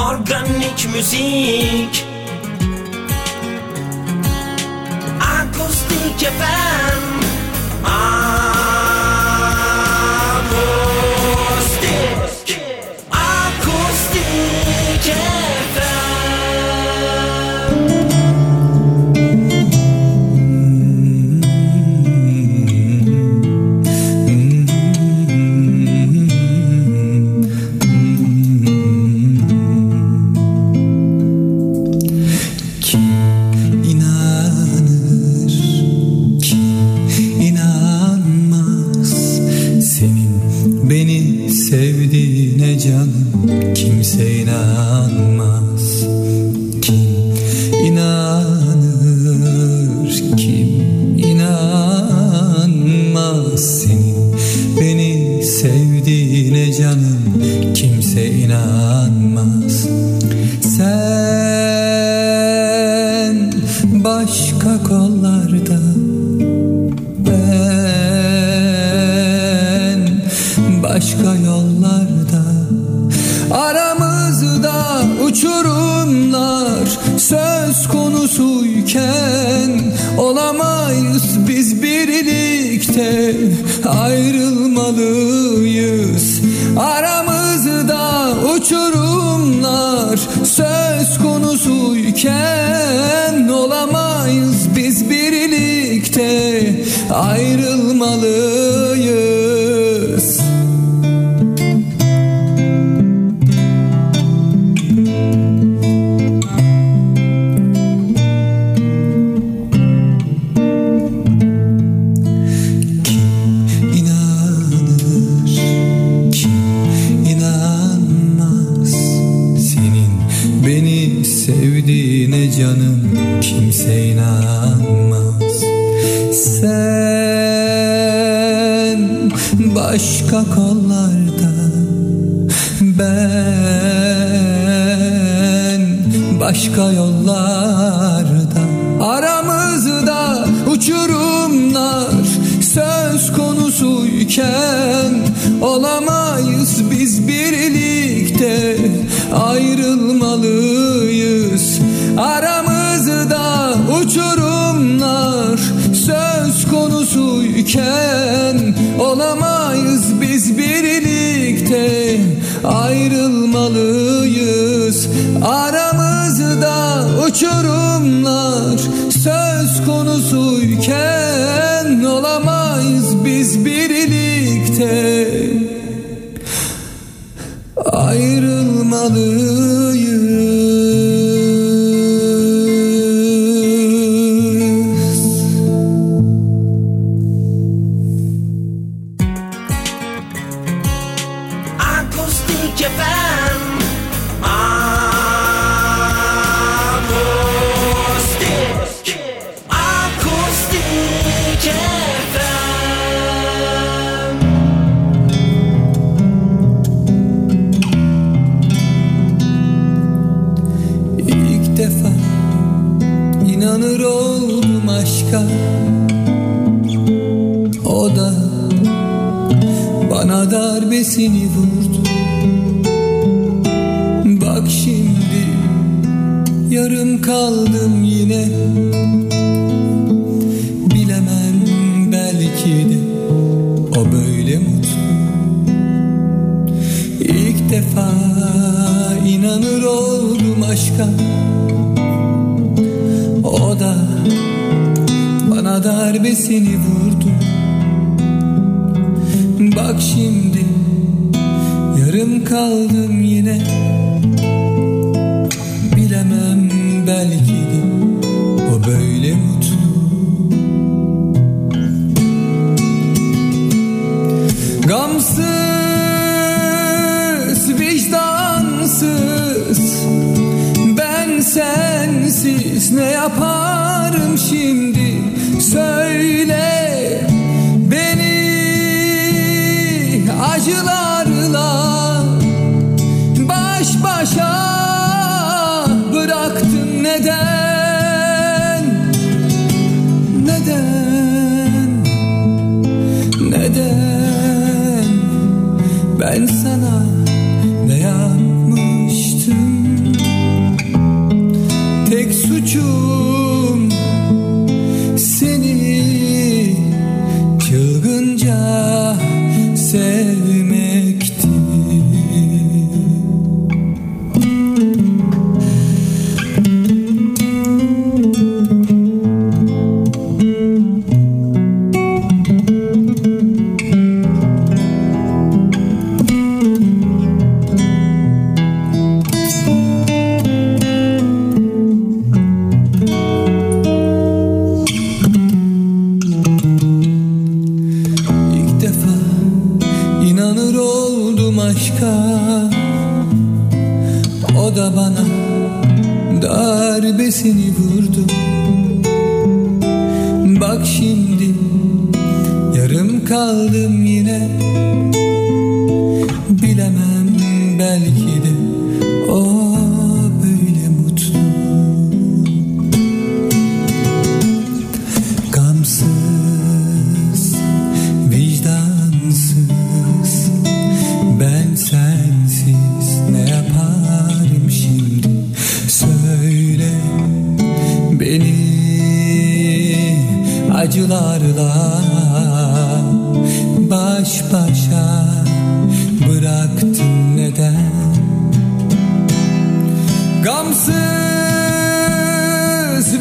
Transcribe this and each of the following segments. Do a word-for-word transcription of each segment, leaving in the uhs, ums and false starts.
Organik müzik, akustik F M, akustik, akustik F M. Sevdiğine canım kimse inanmaz. Kim inanır, kim inanmaz. Senin beni sevdiğine canım kimse inanmaz. Sen başka kollarda, başka yollarda, aramızda uçurumlar söz konusuyken olamayız biz birlikte, ayrılmalıyız. Aramızda uçurumlar söz konusuyken olamayız biz birlikte, ayrılmalıyız. Sevdiğine canım kimse inanmaz. Sen başka kollarda, ben başka yollarda, aramızda uçurumlar söz konusuyken olamayız biz birlikte, ayrılmalıyız. Aramızda uçurumlar söz konusuyken olamayız biz birlikte, ayrılmalıyız. Aramızda uçurumlar söz konusuyken olamayız biz birlikte, ayrılmalıyız. Akustik F M, akustik, akustik F M. İlk defa inanır oldum aşka, o da bana darbesini vurdu. Bak şimdi yarım kaldım yine, bilemem belki de o böyle mutlu. İlk defa inanır oldum aşka, o da bana darbesini vurdu. Bak şimdi yarım kaldım yine, bilemem belki de o böyle mutlu. Gamsız, vicdansız, ben sensiz ne yaparım şimdi, söyle. Acılarla baş başa bıraktın, neden? Neden? Neden? Ben sana ne yapmıştım? başka, o da bana darbesini vurdu. Bak şimdi yarım kaldım yine. Bilemem, belki de o böyle mutlu. Gamsız, vicdansız, ben sensiz ne yaparım şimdi? Söyle, beni acılarla baş başa bıraktın neden? Gamsız,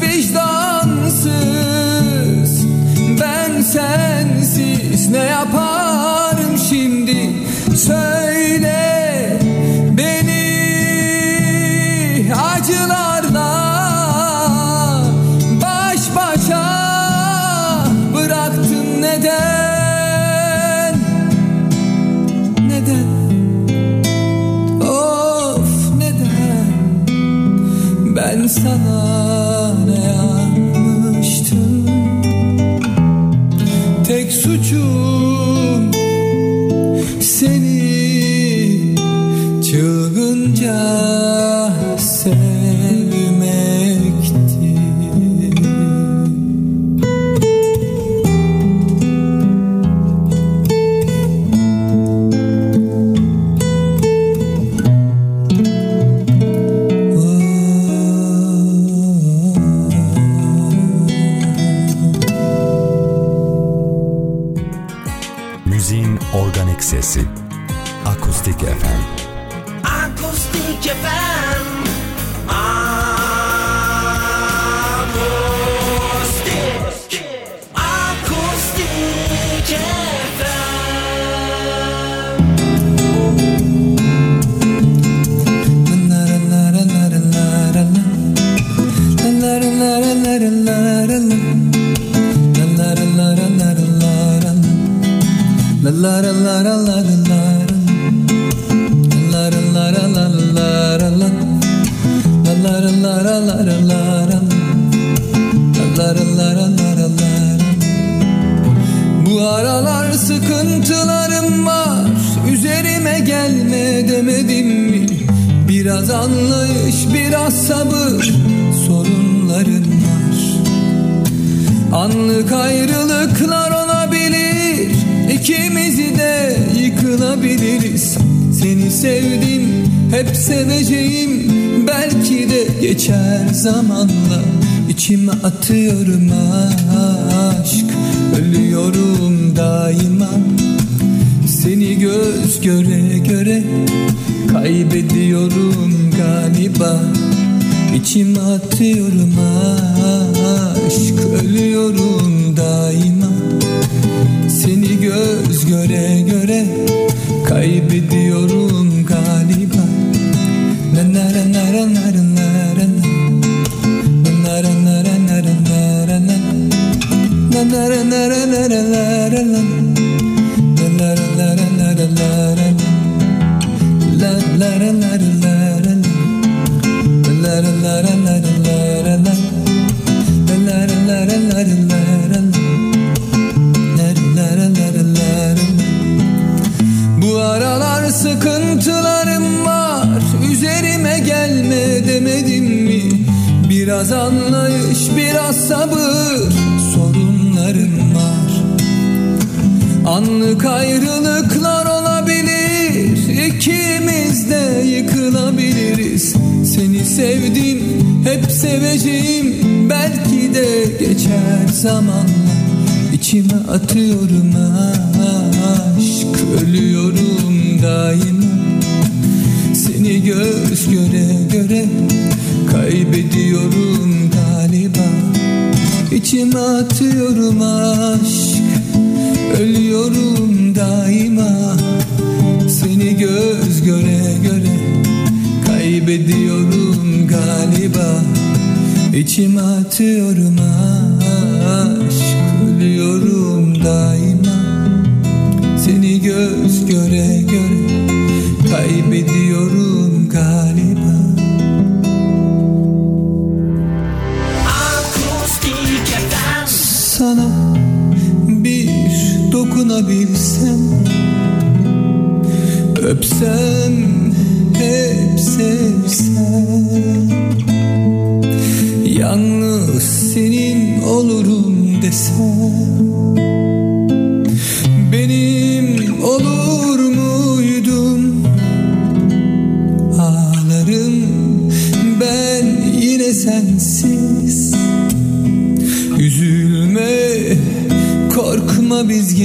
vicdansız, ben sensiz ne yaparım şimdi? Söyle, beni acılarla baş başa bıraktın neden? Neden? Of, neden? Ben sana ne yapmıştım? Tek suçum seni çılgınca sevmekti. Müziğin organik sesi Akustik F M. Akustik F M. Akustik. Akustik F La la la la la la la la la la la la la la bu aralar sıkıntılarım var, üzerime gelme demedim mi? Biraz anlayış, biraz sabır, sorunlarım var. Anlık ayrılıklar olabilir, İkimizi de yıkılabiliriz. Seni sevdim, hep seveceğim. Belki de geçer zamanla. İçime atıyorum aşk, ölüyorum daima. Seni göz göre göre kaybediyorum galiba. İçime atıyorum aşk, ölüyorum daima. Seni göz göre göre kaybediyorum galiba. Nara nara nara nara nara nara nara nara nara nara nara nara nara nara nara nara la la la la la la la la bu aralar sıkıntılarım var, üzerime gelme demedim mi? Biraz anlayış, biraz sabır, sorunlarım var. Anlık ayrılıklar olabilir, ikimiz de yıkılabiliriz. Seni sevdim, hep seveceğim. Belki de geçer zamanla. İçime atıyorum aşk, ölüyorum daima. Seni göz göre göre kaybediyorum galiba. İçime atıyorum aşk, ölüyorum daima. Seni göz göre göre kaybediyorum galiba. İçime atıyorum aşk, ölüyorum daima. Seni göz göre göre kaybediyorum galiba. Akustik F M. Sana bir dokunabilsem, öpsem, hep sevsem, yalnız senin olurum desem, benim olur muydun? Ağlarım ben yine sensiz. Üzülme, korkma, biz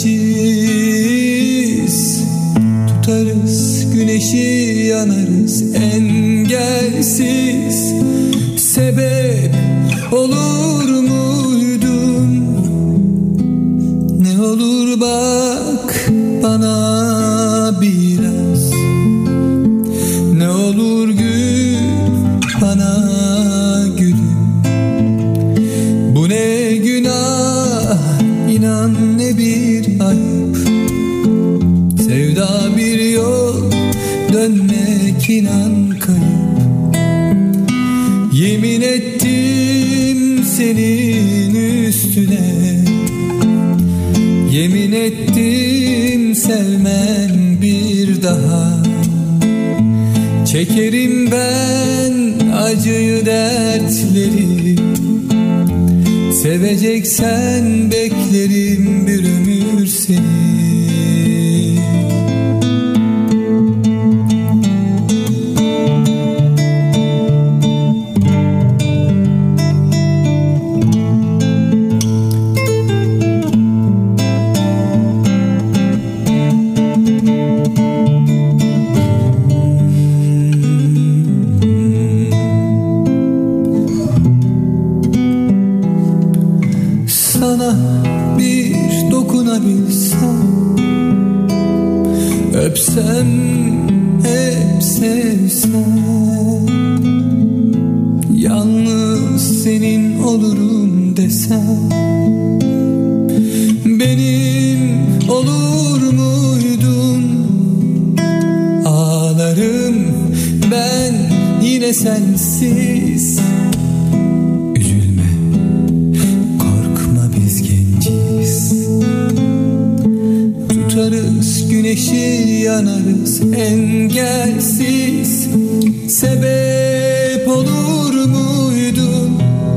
genciz. Tutarız güneşi, yanarız engelsiz. Sebep olur muydun? Ne olur bak bana biraz. Ne olur gül bana gülüm. Bu ne günah, inan ne bir ayıp. Sevda bir yol, dönmek inan kayıp. Yemin ettim senin üstüne, yemin ettim sevmem bir daha. Çekerim ben acıyı, dertleri. Seveceksen beklerim bir ömür seni. Öpsem, hep sevsem, yalnız senin olurum desem, benim olur muydun? Ağlarım ben yine sensiz. Üzülme, korkma, biz genciz. Tutarız güneşi, yanarız engelsiz. Sebep olur muydun?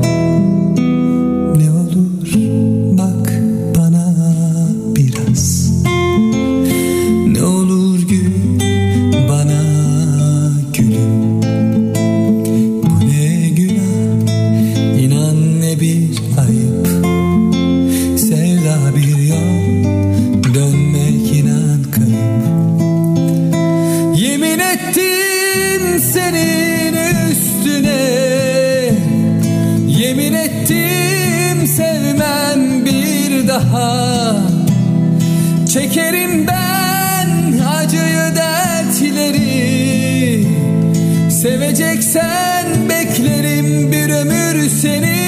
Ne olur bak bana biraz. Ne olur gül bana gülüm. Bu ne günah, inan ne bir ayıp. Sevda bir yol, dönmek inan kayıp. Yemin ettim senin üstüne, yemin ettim sevmem bir daha. Çekerim ben acıyı, dertleri. Seveceksen beklerim bir ömür seni.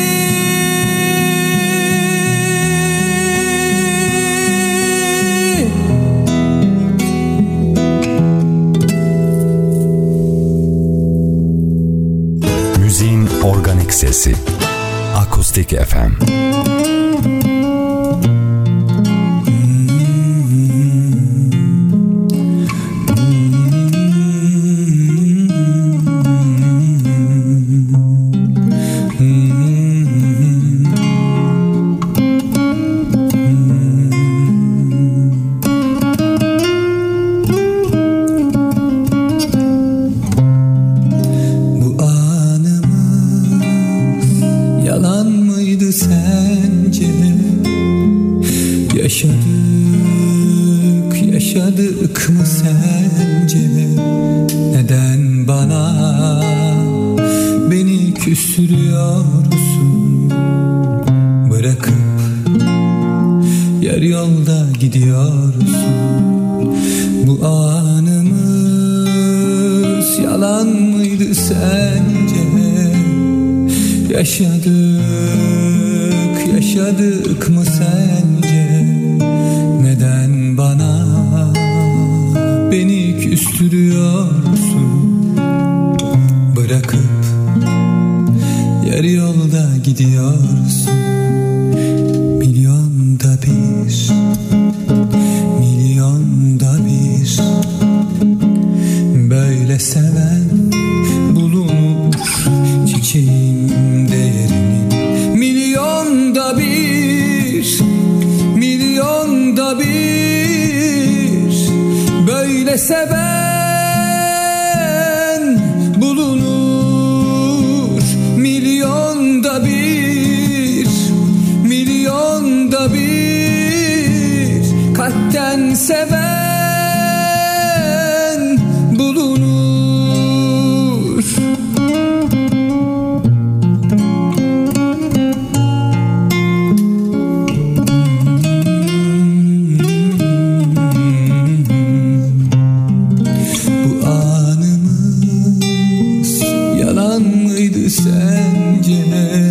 Organik sesi Akustik F M. Yaşadık, yaşadık mı sence? Neden bana beni küstürüyorsun? Bırakıp yarı yolda gidiyorsun. Bu anımız yalan mıydı sence? Yaşadık, yaşadık mı sence? Neden bana beni küstürüyorsun? küstürüyorsun. Bırakıp yarı yolda gidiyorsun. Milyonda bir, milyonda bir böyle seven bulunur çiçeğin değerini. Milyonda bir, milyonda bir böyle seven bulunur. Milyonda bir, milyonda bir kalpten seven bulunur. Bu anımız yalan mıydı sence?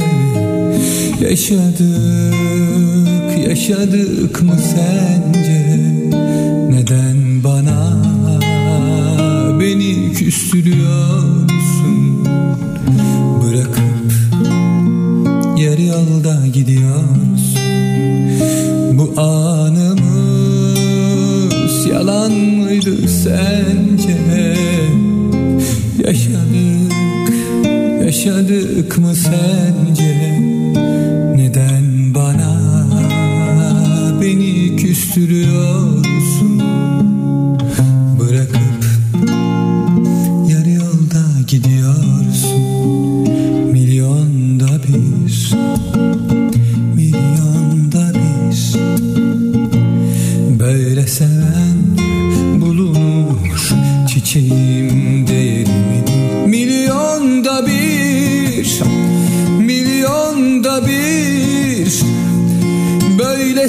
Yaşadık, yaşadık mı sence? Neden bana beni küstürüyorsun? Bırakıp yarı yolda gidiyorsun. Bu anımız yalan mıydı sence? Yaşadık, yaşadık mı sence? Neden bana beni küstürüyorsun? Bırakıp yarı yolda gidiyorsun. Milyonda bir, milyonda bir böyle seven bulunur çiçeğim değerimi. Milyonda bir, milyonda bir böyle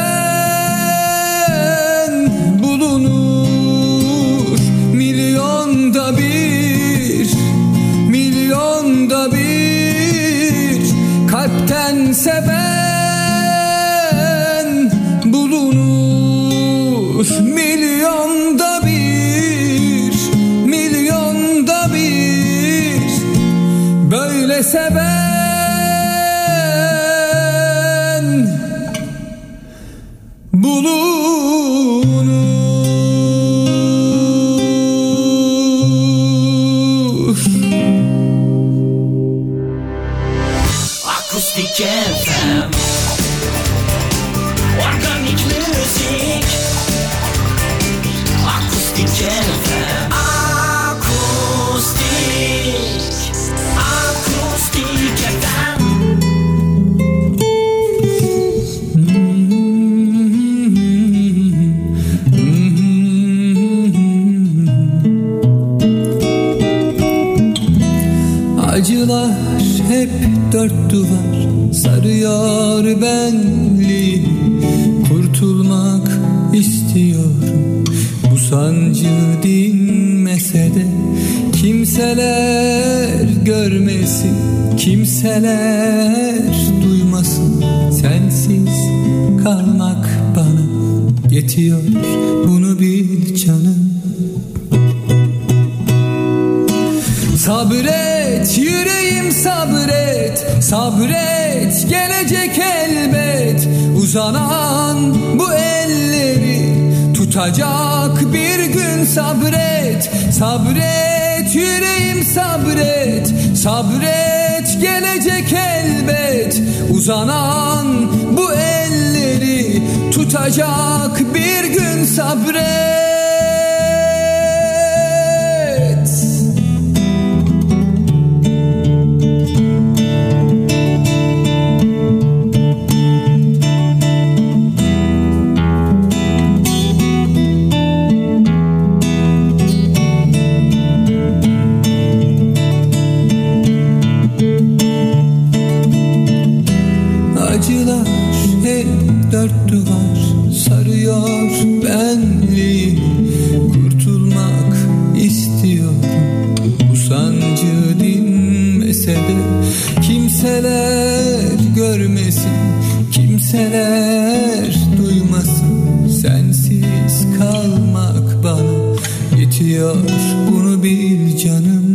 seven bulunur. Milyonda bir, milyonda bir kalpten seven bulunur. Milyonda bir, milyonda bir böyle seven bulunur. Akustik F M, organik müzik. Akustik F M, akustik, akustik F M. Acılar hep dört duvar sarıyor benli. Kurtulmak istiyorum bu sancı dinmese de. Kimseler görmesin, kimseler duymasın. Sensiz kalmak bana yetiyor, bunu bil canım. Sabret yüreğim sabret, sabret gelecek elbet. Uzanan bu elleri tutacak bir gün sabret. Sabret yüreğim sabret, sabret gelecek elbet. Uzanan bu elleri tutacak bir gün sabret. Acılar hep dört duvar sarıyor benliği. Kurtulmak istiyorum bu sancı dinmese de. Kimseler görmesin, kimseler duymasın. Sensiz kalmak bana yetiyor, bunu bil canım.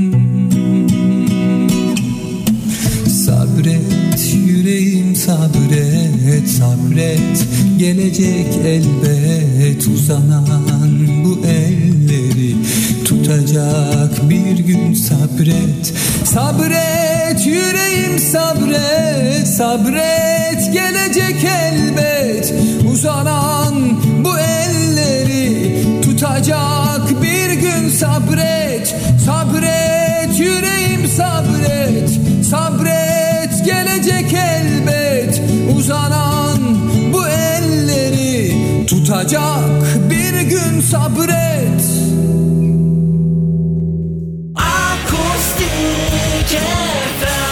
Sabret yüreğim sabret, sabret gelecek elbet. Uzanan bu elleri tutacak bir gün sabret. Sabret yüreğim sabret, sabret gelecek elbet. Uzanan bu elleri tutacak bir gün sabret. Sabret yüreğim sabret, sabret gelecek elbet. Uzanan bu elleri tutacak bir gün sabret. Akustik F M.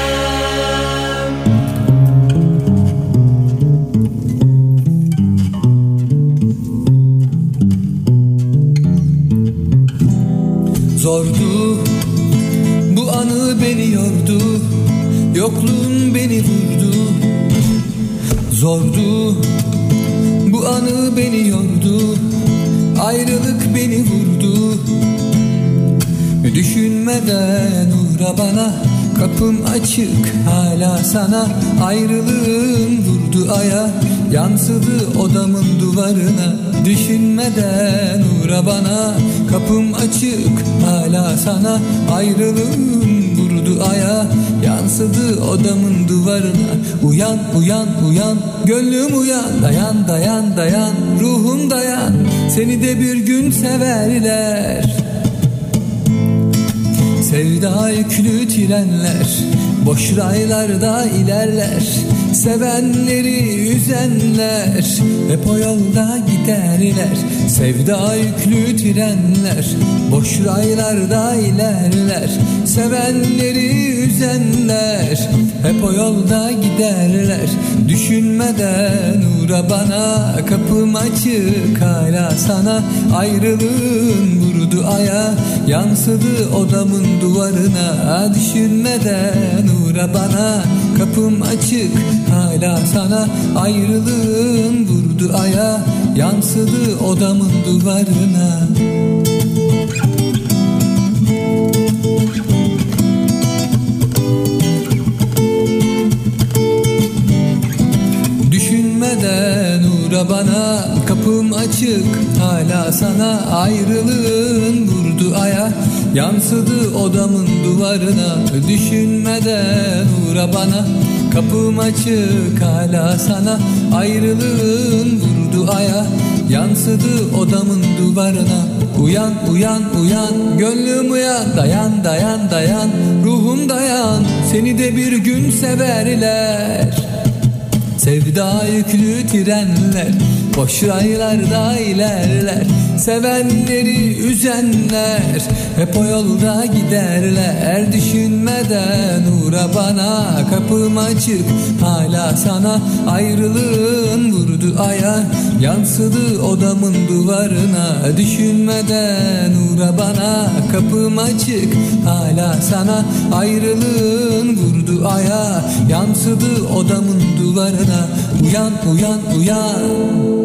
Zordu bu anı beni yordu, yokluğun beni vurdu. Zordu bu anı beni yordu, ayrılık beni vurdu. Düşünmeden uğra bana, kapım açık hala sana. Ayrılığın vurdu aya, yansıdı odamın duvarına. Düşünmeden uğra bana, kapım açık hala sana. Ayrılığın vurdu aya, yansıdı odamın duvarına. Uyan uyan uyan, gönlüm uyan. Dayan dayan dayan, ruhum dayan. Seni de bir gün severler. Sevda yüklü trenler boş raylarda ilerler. Sevenleri üzenler hep o yolda giderler. Sevda yüklü trenler boş raylarda ilerler. Sevenleri üzenler hep o yolda giderler. Düşünmeden uğra bana, kapım açık hala sana. Ayrılığın vurdu aya, yansıdı odamın duvarına. Düşünmeden uğra bana, kapım açık hala sana. Ayrılığın vurdu aya, yansıdı odamın duvarına. Düşünmeden uğra bana, kapım açık hala sana. Ayrılığın vurdu aya, yansıdı odamın duvarına. Düşünmeden uğra bana, kapım açık hala sana. Ayrılığın vurdu aya, yansıdı odamın duvarına. Uyan uyan uyan, gönlüm uyan. Dayan dayan dayan, ruhum dayan. Seni de bir gün severler. Sevda yüklü trenler boş raylarda ilerler. Sevenleri üzenler hep o yolda giderler. Düşünmeden uğra bana, kapım açık hala sana. Ayrılığın vurdu aya, yansıdı odamın duvarına. Düşünmeden uğra bana, kapım açık hala sana. Ayrılığın vurdu aya, yansıdı odamın duvarına. Uyan uyan uyan.